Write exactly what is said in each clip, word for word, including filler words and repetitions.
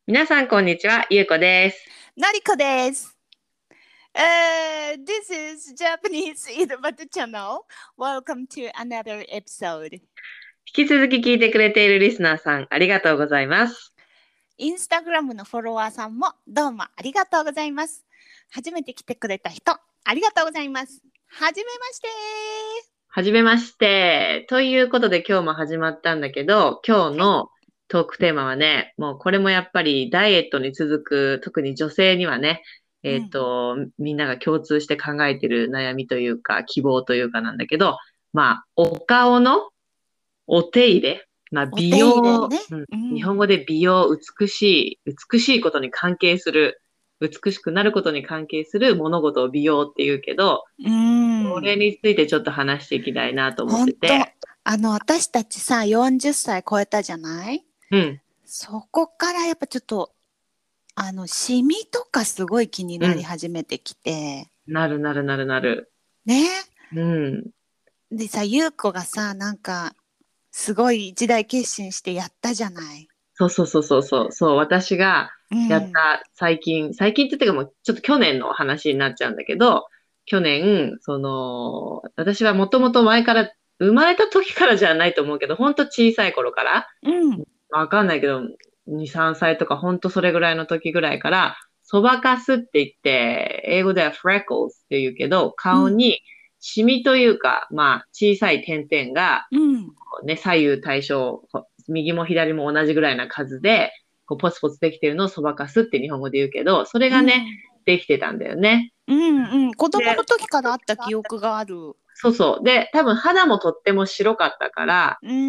皆さん、こんにちは。ゆうこです。 のりこです。Uh, this is Japanese Idobata Channel. Welcome to another episode. 引き続き聞いてくれているリスナーさん、ありがとうございます。 インスタグラムのフォロワーさんもどうもありがとうございます。初めて来てくれた人、ありがとうございます。はじめまして。 はじめまして。ということで今日も始まったんだけど、今日はい。 のトークテーマはね、もうこれもやっぱりダイエットに続く、特に女性にはね、えっうん。 と、みんなが共通して考えている悩みというか、希望というかなんだけど、まあ、お顔のお手入れ、まあ、 お美容、 手入れね。 うん、 うん。 日本語で美容、美しい、美しいことに関係する、美しくなることに関係する物事を美容って言うけど、 うん。 これについてちょっと話していきたいなと思ってて、 ほんと、あの、私たちさ、よんじゅっさい超えたじゃない？ うん、 そこからやっぱちょっとあの、シミとかすごい気になりうん、 始めてきて、 なるなるなるなる。 ね。 うん、 でさ、ゆうこがさ、なんか、すごい一大決心してやったじゃない。 そうそうそうそうそう、そう、私がやっうん。 た最近、最近って言ってかもうちょっと去年の話になっちゃうんだけど、去年、その、私はもともと前から、生まれた時からじゃないと思うけど、ほんと小さい頃から、 うん。 わかんないけど、に、さんさいとかほんとそれぐらいの時ぐらいから、そばかすって言って、英語では freckles って言うけど、 うん。 顔にシミというか、まあ、小さい点々が、 うん。 ね、左右対称、右も左も同じぐらいな数で、こうポツポツできてるのをそばかすって日本語で言うけど、それがね、 うん。 できてたんだよね。 うん。うん。子供ので、 時からあった記憶がある。 そうそう。で、多分肌もとっても白かったから、 うん。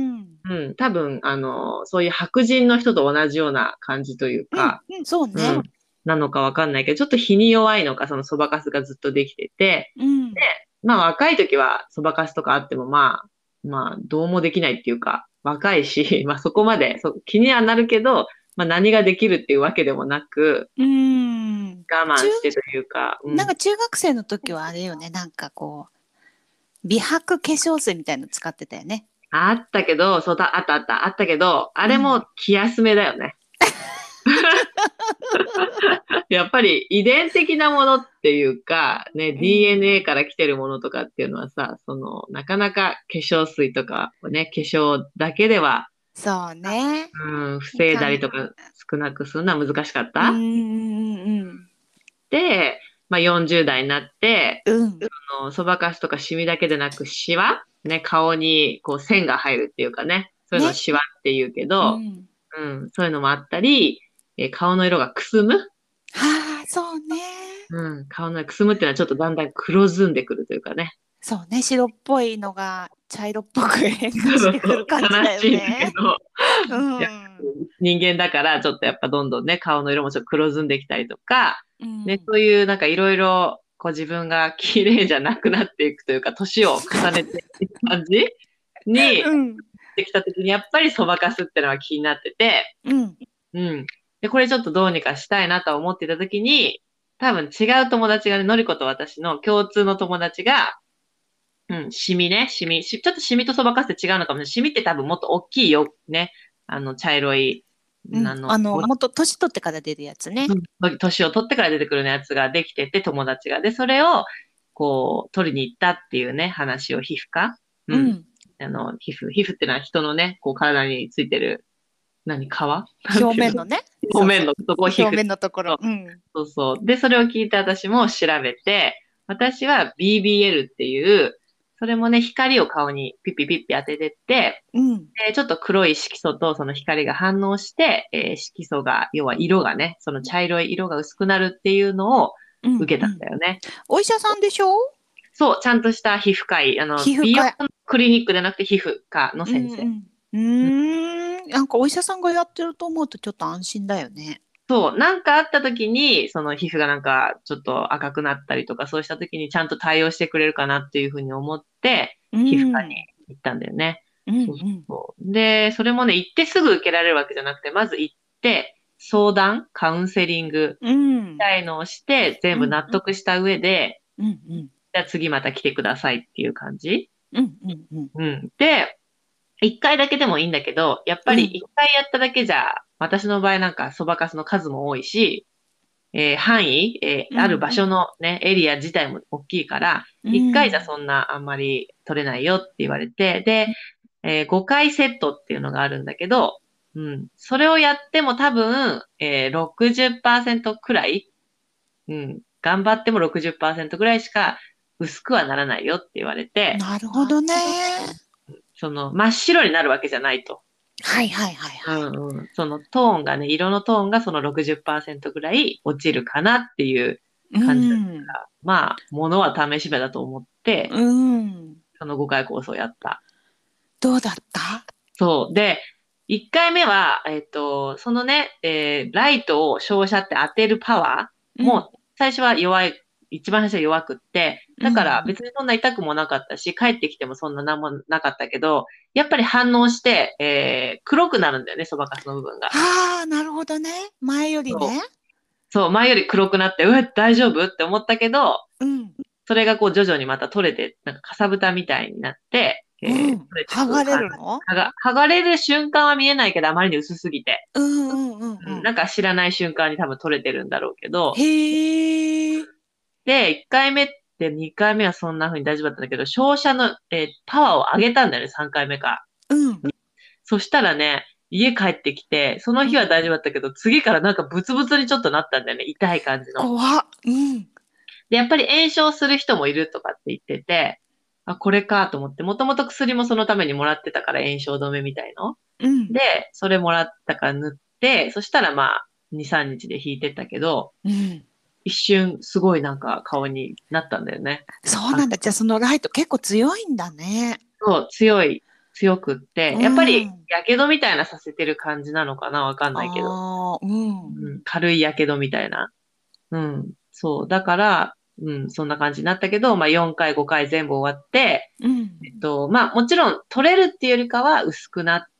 うん、多分、あの、そういう白人の人と同じような感じといううん。 か、 うん。そうね。 うん、なのかわかんないけど、ちょっと日に弱いのか、そのそばかすがずっとできてて、 うん。 で、まあ若い時はそばかすとかあっても、まあ、まあ、どうもできないっていうか、若いし、まあそこまで、そ気にはなるけど、まあ何ができるっていうわけでもなく、 うん。 我中、 慢してというか、うん。 なんか中学生の時はあれよね。なんかこう、美白化粧水みたいの使ってたよね。 あったけど、そうだ、あったあった、あったけど、あうん。 れも気休めだよね。やっぱり遺伝的なものっていうか、ね、 うん。 ディーエヌエー から来てるものとかっていうのはさ、その、なかなか化粧水とかをね、化粧だけでは、 そうね。 うん、防いかん、 だりとか少なくするのは難しかっうんた。 うんうんで、まあよんじゅう代になって、 うん。うん。 そのそばかすとかシミだけでなくシワね、顔にこう線が入るっていうかね、そういうのをね。 シワって言うけど、 うん。 うん、そういうのもあったり、えー顔の色がくすむ。 はあ、そうね。 うん、顔のくすむっていうのはちょっとだんだん黒ずんでくるというかね。 そうね。白っぽいのが茶色っぽく変そうそう化してくる感じだよ悲しいんだけね。 ど、 ういやん。 人間だからちょっとやっぱどんどんね、顔の色もちょっと黒ずんできたりとか、ね、 うん。 そういうなんかいろいろこう自分が綺麗じゃなくなっていくというか、年を重ねていく感じにうん。 できた時にやっぱりそばかすってのは気になってて、 うん。 うん。で、これちょっとどうにかしたいなと思ってた時に、多分違う友達がね、のりこと私の共通の友達が、うん、シミね、シミ。しちょっとシミとそばかすって違うのかもしれない。シミって多分もっと大きいよ、ね。あの、茶色い、 うん。 あの、 あの、 おもっと年取ってから出るやつね。 年を取ってから出てくるやつができてて、友達が。で、それを、こう、取りに行ったっていうね、話を皮膚科。うん。 うん。 あの、皮膚。皮膚ってのは人のね、こう、体についてる、何、皮なんていうの表面のね。そうそう。 表面のとこを皮膚表って面のところ。 言ううん。 そうそう。で、それを聞いて私も調べて、私は ビービーエル っていう、それもね、光を顔にピッピピッピ当ててって、 うん。 で、ちょっと黒い色素とその光が反応して、えー色素が、要は色がね、その茶色い色が薄くなるっていうのをうん。 受けたんうん。 だよね。 お医者さんでしょ？ そう、ちゃんとした皮膚科医、あの、美容皮膚科。 のクリニックでなくて皮膚科のうん先生。 うん。うーん。なんかお医者さんがやってると思うとちょっと安心だよね。 そう、なんかあった時に、その皮膚がなんかちょっと赤くなったりとか、そうした時にちゃんと対応してくれるかなっていうふうに思って、 う皮膚科ん。 に行ったんだよね。 うんうそうそうん。 そう。で、それもね、行ってすぐ受けられるわけじゃなくて、まず行って、相談、カウンセリングうん。 みたいのをして、全部うん納得した上で、 うんうんじゃあ次また来てくださいっていう感じ。 うんうんうんうん。で、一回だけでもいいんだけど、やっぱりうん一回やっただけじゃ私の場合なんかそばかすの数も多いし、えー範囲、えーうんある場所のね、エリア自体も大きいから、 うんいっかいじゃそんなあんまり取れないよって言われて、で、えーごかいセットっていうのがあるんだけど、うん、それをやっても多分、えーろくじゅっパーセントくらい、うん、頑張ってもろくじゅっパーセントくらいしか薄くはならないよって言われて、 なるほどね。 その真っ白になるわけじゃないと。 はいはいはいはい。 うんうん。そのトーンがね、色のトーンがそのろくじゅっパーセントぐらい落ちるかなっていうう感じだっん。 たから。まあ、ものは試し目だと思って、 うん。 そのごかいコースをやった。 どうだった？ そう。で、いっかいめは、えっと、そのね、えーライトを照射って当てるパワーうんも最初は弱い、一番最初は弱くって、だからうん。 別にそんな痛くもなかったし、帰ってきてもそんな何もなかったけど、やっぱり反応して、えー黒くなるんだよね、そばかすの部分が。 ああ、なるほどね。前よりそう。 ね。 そう、前より黒くなって、うわ、大丈夫って思ったけど、 うん。 それがこう徐々にまた取れて、なんかかさぶたみたいになって、えーうん。 取れてく剥がれ感じ。 るの？ 剥が、剥がれる瞬間は見えないけど、あまりに薄すぎて。 うんうんうんうん、 うん。 なんか知らない瞬間に多分取れてるんだろうけど、 へえ。 で、いっかいめってにかいめはそんな風に大丈夫だったんだけど、照射の、えーパワーを上げたんだよね、さんかいめか。 うん。 そしたらね、家帰ってきて、その日は大丈夫だったけど、次からなんかブツブツにちょっとなったんだよね、痛い感じの。 怖っ。うん。 で、やっぱり炎症する人もいるとかって言ってて、あ、これかと思って、もともと薬もそのためにもらってたから炎症止めみたいの。 うん。 で、それもらったから塗って、そしたらまあ、に、さんにちで引いてったけど、 うん。 一瞬すごいなんか顔になったんだよね。はそうなんだ。じゃあそのライト結構強いんだね。 そう、強い、強くって、 うやっぱり、 ん。 やけどみたいなさせてる感じなのかなわかんないけど。 ああ、うん。 うん、軽いやけどみたいな。うん。そう。だから、うん、そんな感じになったけど、まあよんかい、ごかい全部終わって、 うん。 えっと、まあもちろん取れるっていうよりかは薄くなって、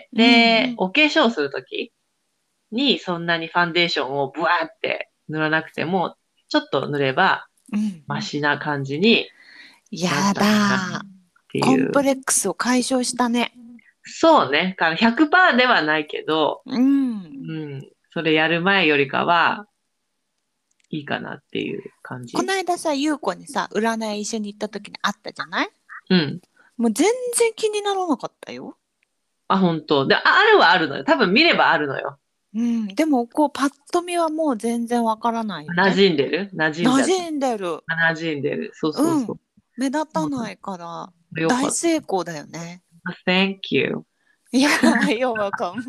うん。 で、お化粧するときにそんなにファンデーションをブワーって塗らなくても、ちょっと塗ればうん。 マシな感じになっやたかなっだ。 ていう。 コンプレックスを解消したね。 そうね。からひゃくパーセントではないけど、 うん。 うん。それやる前よりかはいいかなっていう感このじ。 間さ、ゆうこにさ、占い一緒に行った時に会ったじゃない？ うん。 もう全然気にならなかったよ。 あ、本当。で、ああるはあるのよ。多分見ればあるのよ。 うん。でも、こう、パッと見はもう全然わからないよ馴ね。 染んでる馴染んじゃった。 馴染んでる。 馴染んでる。そうそううん。 そう。 目立たないから大よかっ成功だよね。 た。Thank you. いや、You're welcome。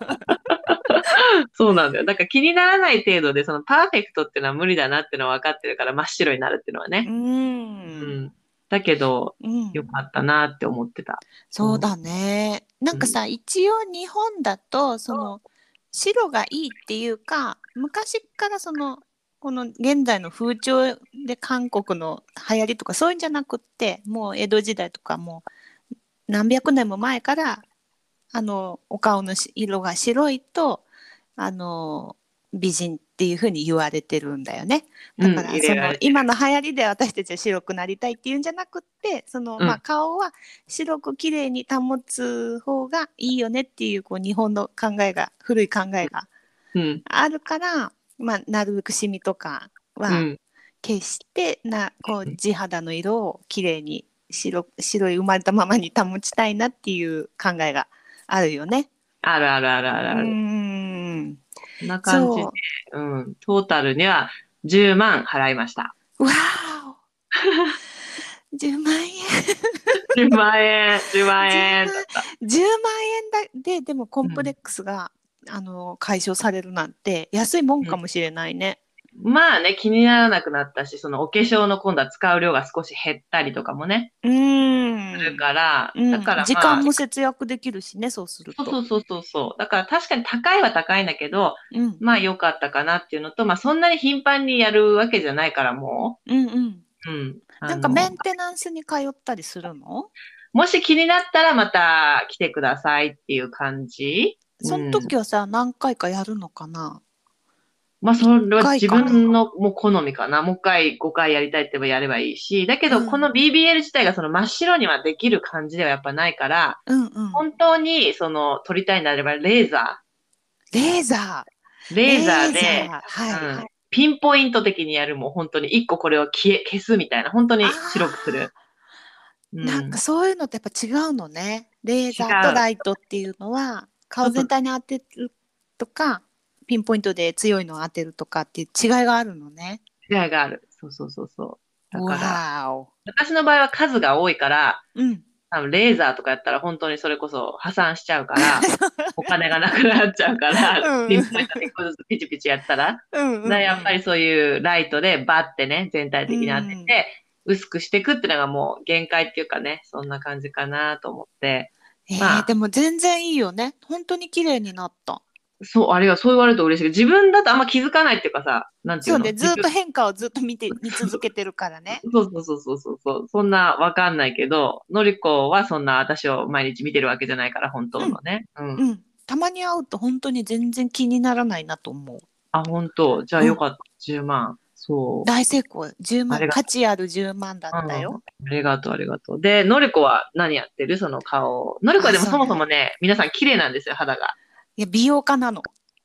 そうなんだよ。だから気にならない程度で、そのパーフェクトっていうのは無理だなっていうのは分かってるから、真っ白になるっていうのはうね。うん。 ん。だけど、 うん。 よかったなって思ってた。うん。 そうだね。なんうん。 かさ、一応日本だと、その、白がいいっていうか、昔からその、この現在の風潮で韓国の流行りとかそういうんじゃなくって、もう江戸時代とかもう何百年も前から、あの、お顔のし色が白いと、あの、美人っていうふうに言われてるんだよね。 うん。 だからそ入れられてる。 の今の流行りで私たちは白くなりたいっていうんじゃなくって、そのまあうん。 顔は白く綺麗に保つ方がいいよねっていう、こう日本の考えが、古い考えがうん。 あるから、まあなるべくシミとかはうん。 消してな、こう地肌の色を綺麗に白、白い生まれたままに保ちたいなっていう考えがあるよね。 あるあるあるあるうーある。 ん。 こんな感じで、 そうん。トータルにはじゅうまん払いました。 う。わーお。じゅうまん円。 じゅうまん円、じゅうまん 10 円だっ万、 た。 じゅうまん円だで、でもコうん。 ンプレックスが、あの、解消されるなんて安いもんうん。 かもしれないね。 まあね、気にならなくなったし、そのお化粧の今度は使う量が少し減ったりとかもね、 うするーん。 から、だかうん。時らまあ、 間も節約できるしね、そうすると。 そうそうそうそうそう。だから確かに高いは高いんだけど、 うん。 まあ良かったかなっていうのと、まあそんなに頻繁にやるわけじゃないからもうんうん。 う、うん。あなんかメの、 ンテナンスに通ったりするの？ もし気になったらまた来てくださいっていう感じ。うそのん。 時はさ、何回かやるのかな？ まあ、 いっそれは自回かな？ 分のもう好みかな。もう一回、ごかいやりたいって言えばやればいいし、だけど、こうん。 の ビービーエル 自体がその真っ白にはできる感じではやっぱないから、 うんうん。 本当にその撮りたいなればレーザレーザー。 レーザーレーザで、 ー。はい。 うん、ピンポイント的にやる、もう本当に一個これを消え、消すみたいな、本当あに白くする。うー、なんかん。 そういうのってやっぱ違うのね。レー違ザーとう。 ライトっていうのは、顔ちょっと全体に当てるとか、ピンポイントで強いのを当てるとかっていう違いがあるのね。 違いがある。そうそうそうそう。だから、 わーお。 私の場合は数が多いから、 うん。 多分レーザーとかやったら本当にそれこそ破産しちゃうから、お金がなくなっちゃうから、 うん。 ピンポイントで一個ずつピチピチやったら、 うんうだからんうん。 やっぱりそういうライトでバッてね、全体う的に当てん。 て、薄くしていくっていうのがもう限界っていうかね、そんな感じかなと思って。 えー、 まあ、 でも全然いいよね。本当に綺麗になった。 そう、あれがそう言われると嬉しいけど、自分だとあんま気づかないっていうかさ、なんていうそうね、 の自分、 ずっと変化をずっと見て、見続けてるからね。 そうそうそうそうそうそう、そんなわかんないけど、のりこはそんな私を毎日見てるわけじゃないから、本当うん、 のね。うん。 うん。たまに会うと本当に全然気にならないなと思う。 あ、本当。じゃあうん。 よかった。じゅうまん。そう。 大成功。じゅうまん。 ありがと価値あるじゅうまんだう。 ったよ。 うん。ありがとう、ありがとう。で、のりこは何やってるその顔。のりこはあ、 でもそもそそうね。 もね、皆さん綺麗なんですよ、肌が。 いや、美容家なの。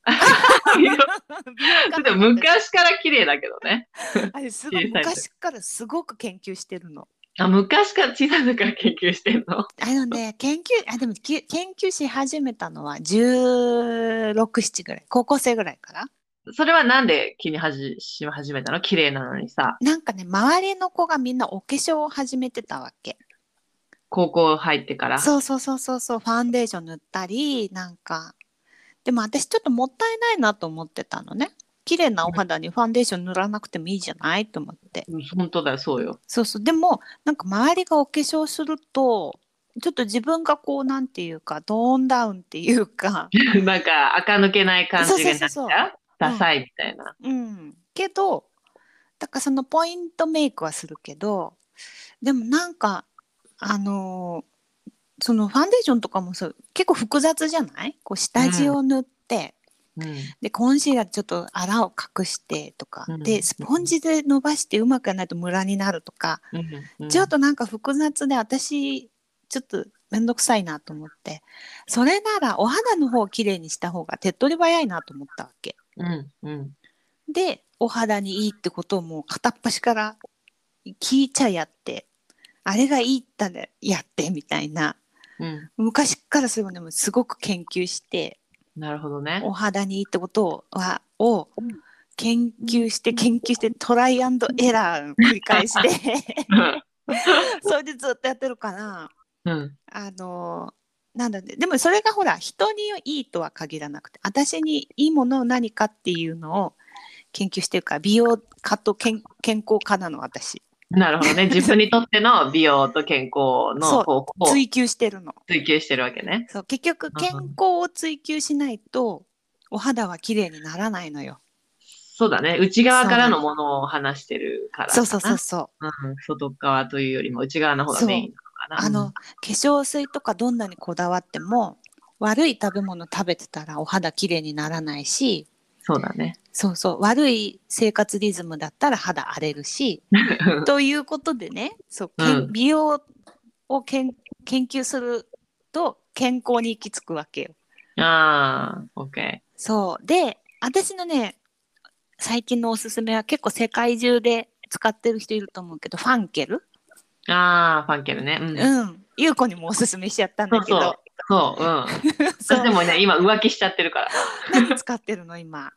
美容家でもなの、私。 昔から綺麗だけどね。 あれ、すごい、 小さい時。 昔からすごく研究してるの。 あ、昔から小さい時から研究してんの？ あのね、研究、あ、でも、き研究し始めたのはじゅうろく、ななぐらい。高校生ぐらいから。 それはなんで気にはじ、し始めたの？綺麗なのにさ、 なんかね、周りの子がみんなお化粧を始めてたわけ。 高校入ってから。 そうそうそうそうそう、ファンデーション塗ったり、なんか、でも私ちょっともったいないなと思ってたのね。綺麗なお肌にファンデーション塗らなくてもいいじゃないと思って。 うん、本当だよ、そうよ。 そうそう。でも、なんか周りがお化粧すると、ちょっと自分がこう、なんていうか、トーンダウンっていうか、 なんか、垢抜けない感そうそうじになっちそうそゃうう。うん。 ダサいみたいな。 うん。けど、だからそのポイントメイクはするけど、でもなんか、あのーそのファンデーションとかもそう結構複雑じゃない？こうう下地ん、 を塗ってうん、 でコンシーラーでちょっとあらを隠してとかうん、 でスポンジで伸ばしてうまくやらないとムラになるとかうん、うん。 ちょっとなんか複雑で私ちょっとめんどくさいなと思ってそれならお肌の方をきれいにした方が手っ取り早いなと思ったわけうん、うん、 でお肌にいいってことをもう片っ端から聞いちゃやってあれがいいったらやってみたいなうん。 昔からそういうのもすごく研究してなるほどね。 お肌にいいってことをはを研究して研究してトライアンドエラーの繰り返しでそれでずっとやってるからうん。 あのなんだねでもそれがほら人にいいとは限らなくて私にいいものを何かっていうのを研究してるから美容家と健健康家なの私なるほどね。自分にとっての美容と健康のそう方法を追求してるの追求してるわけね。 そう結局健康うん、 を追求しないとお肌は綺麗にならないのよそうだね。内側そうなのからのものを話してるからそうそうそうかな。 そううん、外側というよりも内側の方がメインそう。 なのかな。 あの、化粧水とかどんなにこだわっても、悪い食べ物食べてたらお肌きれいにならないし、 そうだね。 そうそう、悪い生活リズムだったら肌荒れるし、ということでね、そう、けんうん。 美容をけん研究すると健康に行き着くわけよ。 ああ、OK。 そう。で、私のね、最近のおすすめは結構世界中で使ってる人いると思うけど、ファンケル。 ああ、ファンケルね。うん。 うん。ゆうこにもおすすめしちゃったんだけど、 そうそう。そう、うん。 そう。 私でもね、今浮気しちゃってるから。 何使ってるの今？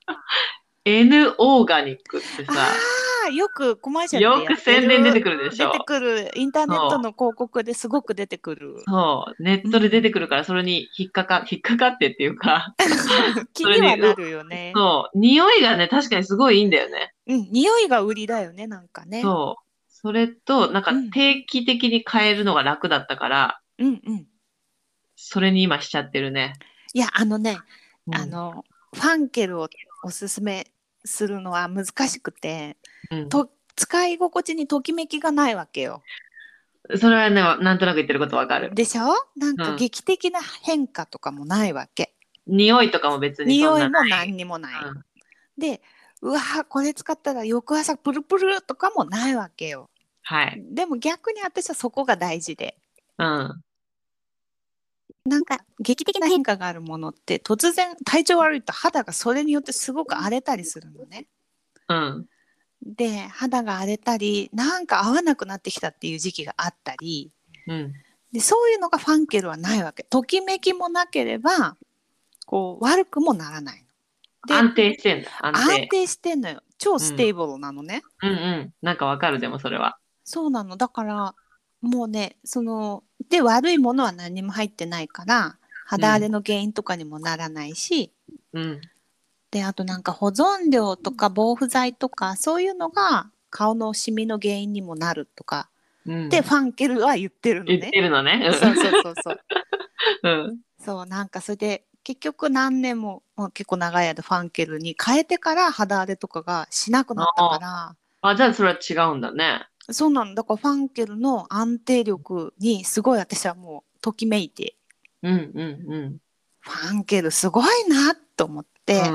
N オーガニックってあさ、 あ、よくコマーシャルでよくやってる。 宣伝出てくるでし出てょ。 くる。インターネットそう。 の広告ですごく出てくる。 そう。ネットで出うん。 てくるから、それに引っかか、引っかかってっていうか、 気それに、う、 にはなるよね。 そう。匂いがね、確かにすごいいいんだよね。 うん。匂いが売りだよね、なんかね。 そう。それと、なんかうん。 定期的に変えるのが楽だったから、 うんうん。 それに今しちゃってるね。 いや、あのね、 うん。 あの、ファンケルをおすすめするのは難しくて、 うん。 と、使い心地にときめきがないわけよ。 それはね、なんとなく言ってることわかる。 でしょ？なんかうん。 劇的な変化とかもないわけ。 匂いとかも別にそんなな匂いも何にもない。 い。うん。 で、うわーこれ使ったら翌朝プルプルとかもないわけよ。 はい。 でも逆に私はそこが大事で。 うん。 なんか劇的な変化があるものって突然体調悪いと肌がそれによってすごく荒れたりするのね。 うん。 で肌が荒れたりなんか合わなくなってきたっていう時期があったりうん。 でそういうのがファンケルはないわけ。ときめきもなければこう悪くもならないの。で安定してんだ。安定。 安定してんのよ。超うん。 ステーブルなのね。 うんうん。なんかわかる、でもそれは。 そうなの。だからもうねそので悪いものは何も入ってないから肌荒れうん。 の原因とかにもならないし、 うん。 であとなんか保存料とか防腐剤とかそういうのが顔のシミの原因にもなるとかでフうん。 ァンケルは言ってるの言っね。 てるのね。 そうそうそうそう。 うん。うん。 そうなんかそれで結局何年も、まあ、結構長い間ファンケルに変えてから肌荒れとかがしなくなったかあら。 あ。あ、じゃあそれは違うんだね。 そうなの。だからファンケルの安定力にすごい私はもうときめいて、 うんうんうん。 ファンケルすごいなと思って、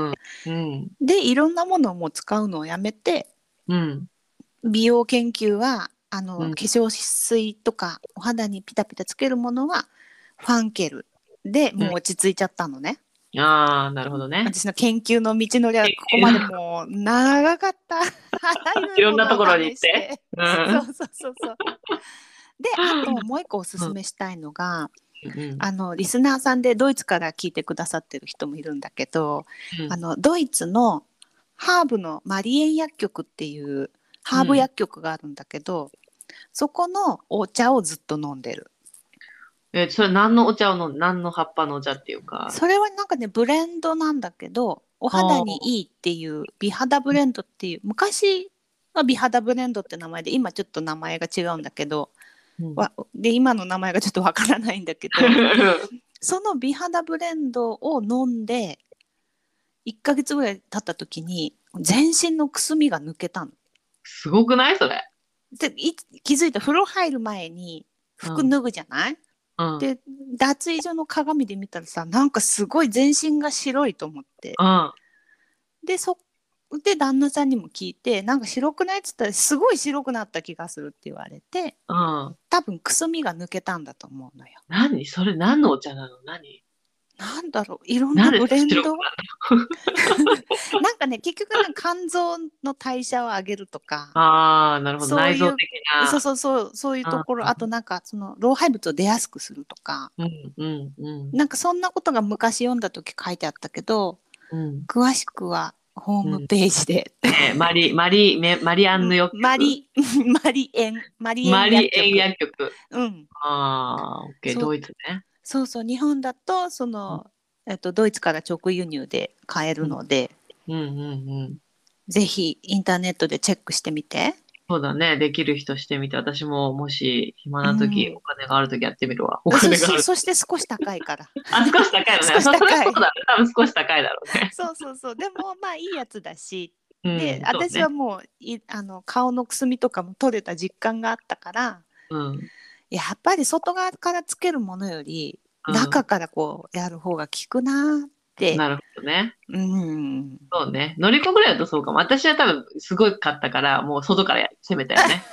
うん。うん。 で、いろんなものをもう使うのをやめて、 うん。 美容研究は、あの、化うん。 粧水とかお肌にピタピタつけるものはファンケルでもう落ち着いちゃったのね。 ああ、なるほどね。 私の研究の道のりはここまでもう長かった。あらゆいるものをろんなところに行って。 試して。 うん。 そうそうそうそう。で、あともう一個おすすうん。 めしたいのが、 うん。 あのリスナーさんでドイツから聞いてくださってる人もいるんだけど、 うん。 あのドイツのハーブのマリエン薬局っていうハーブうん。 薬局があるんだけど、そこのお茶をずっと飲んでる。 え、それ何のお茶を飲ん、何の葉っぱのお茶っていうか。 それはなんかねブレンドなんだけど、お肌あにあ。 いいっていう美肌ブレンドっていう、昔は美肌ブレンドって名前で今ちょっと名前が違うんだけど、 うん。 わで今の名前がちょっとわからないんだけど、その美肌ブレンドを飲んでいっかげつぐらい経った時に全身のくすみが抜けたの。 すごくないそれ？ でい気づいた。風呂入る前にうん。 服脱ぐじゃない。 うん。 で脱衣所の鏡で見たらさなんかすごい全身が白いと思って、 うん。 でそで旦那さんにも聞いてなんか白くないっつったらすごい白くなった気がするって言われて、 うん。 多分くすみが抜けたんだと思うのよ。 何それ何のお茶なの？何？ なんだろういろんななんでブレンド。 白くなんかね結局なんか肝臓の代謝を上げるとかなる？ああー、なるほど。 そういう、 内臓的そうな。 そうそうそういうとあころ、あとなんかその老廃物を出やすくするとか、 うん、うん、うん。 なんかそんなことが昔読んだ時書いてあったけど、 うん、 詳しくはホーうん。 ムページで。 ね、マリ、マリ、メマリアンヌ薬局。 マリマリエンマリエンマリエン薬局。 薬局。 うん、 ああ、オッケー、 そうドイツね。 そうそう日本だとそうん、 の、えっと、ドイツから直輸入で買えるうん、 ので、 うん、うん。うん。 ぜひインターネットでチェックしてみて。 そうだね。できる人してみて、私ももし暇うな時、おん、 金がある時やってみるわ。おそ金がある。 そそして少し高いから。 あ、少し高いのね。 少しそ、それは高い。 そうだね。多分少し高いだろうね。 そうそうそう。でもまあいいやつだし。で、 うん、そうね。 私はもういあの顔のくすみとかも取れた実感があったから、 うん、 やっぱり外側からつけるものよりうん。 中からこうやる方が効くなって。 なるほどね。 うん。 そうね。のりこぐらいだとそうかも。私は多分すごい買ったから、もう外から攻めたよね。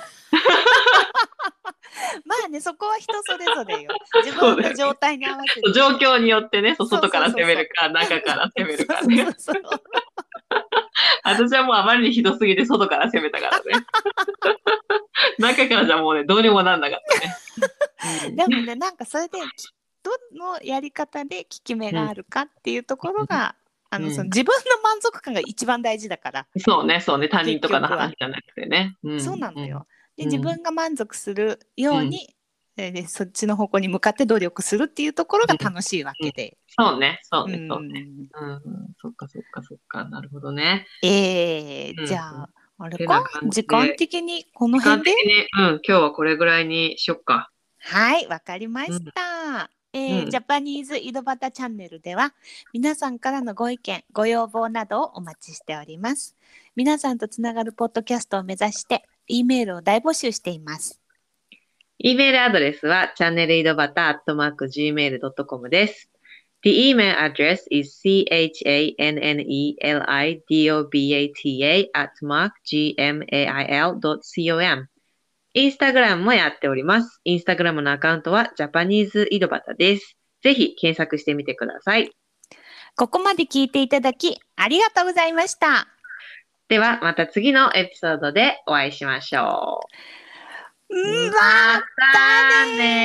まあね、そこは人それぞれよ。自分のそうだよね。 状態に合わせて。 状況によってね、そう、 そう外からそうそうそう。 攻めるか、中から攻めるそうかね。 そうそうそう。 私はもうあまりにひどすぎて外から攻めたからね。中からじゃもうね、どうにもなんなかったね。うん。 でもね、なんかそれでどのやり方で効き目うん。 があるかっていうところが、あのそのうん。 自分の満足感が一番大事だから、 そうね、そうね。他人結とかの局は。 話じゃなくてね。うそうん。うん。 なのよ。で、 うん。 自分が満足するようん。 うに、えーでそっちの方向に向かって努力するっていうところうん。 が楽しいわうん。 けで。 そうね、そううね、そうね。 ん。 うん。そっか、そっか、そっか。なるほどね。 えー、 うん。 じゃあ、あれかてな感じ時間で、 的にこの時間辺で。 的に、うん、今日はこれぐらいにしよっか。 はい、わかりましうん。 た。えー、ジうん。 ャパニーズ井戸端チャンネルでは皆さんからのご意見、ご要望などをお待ちしております。皆さんとつながるポッドキャストを目指して、Eメールを大募集しています。 E メールアドレスは、チャンネル井戸端アットマーク ジーメールドットコム です。The email address is chanelidobata at mark gmail.com。インスタグラムもやっております。インスタグラムのアカウントはジャパニーズ井戸端です。 ぜひ検索してみてください。 ここまで聞いていただきありがとうございました。 ではまた次のエピソードでお会いしましょう。 うん、 またね。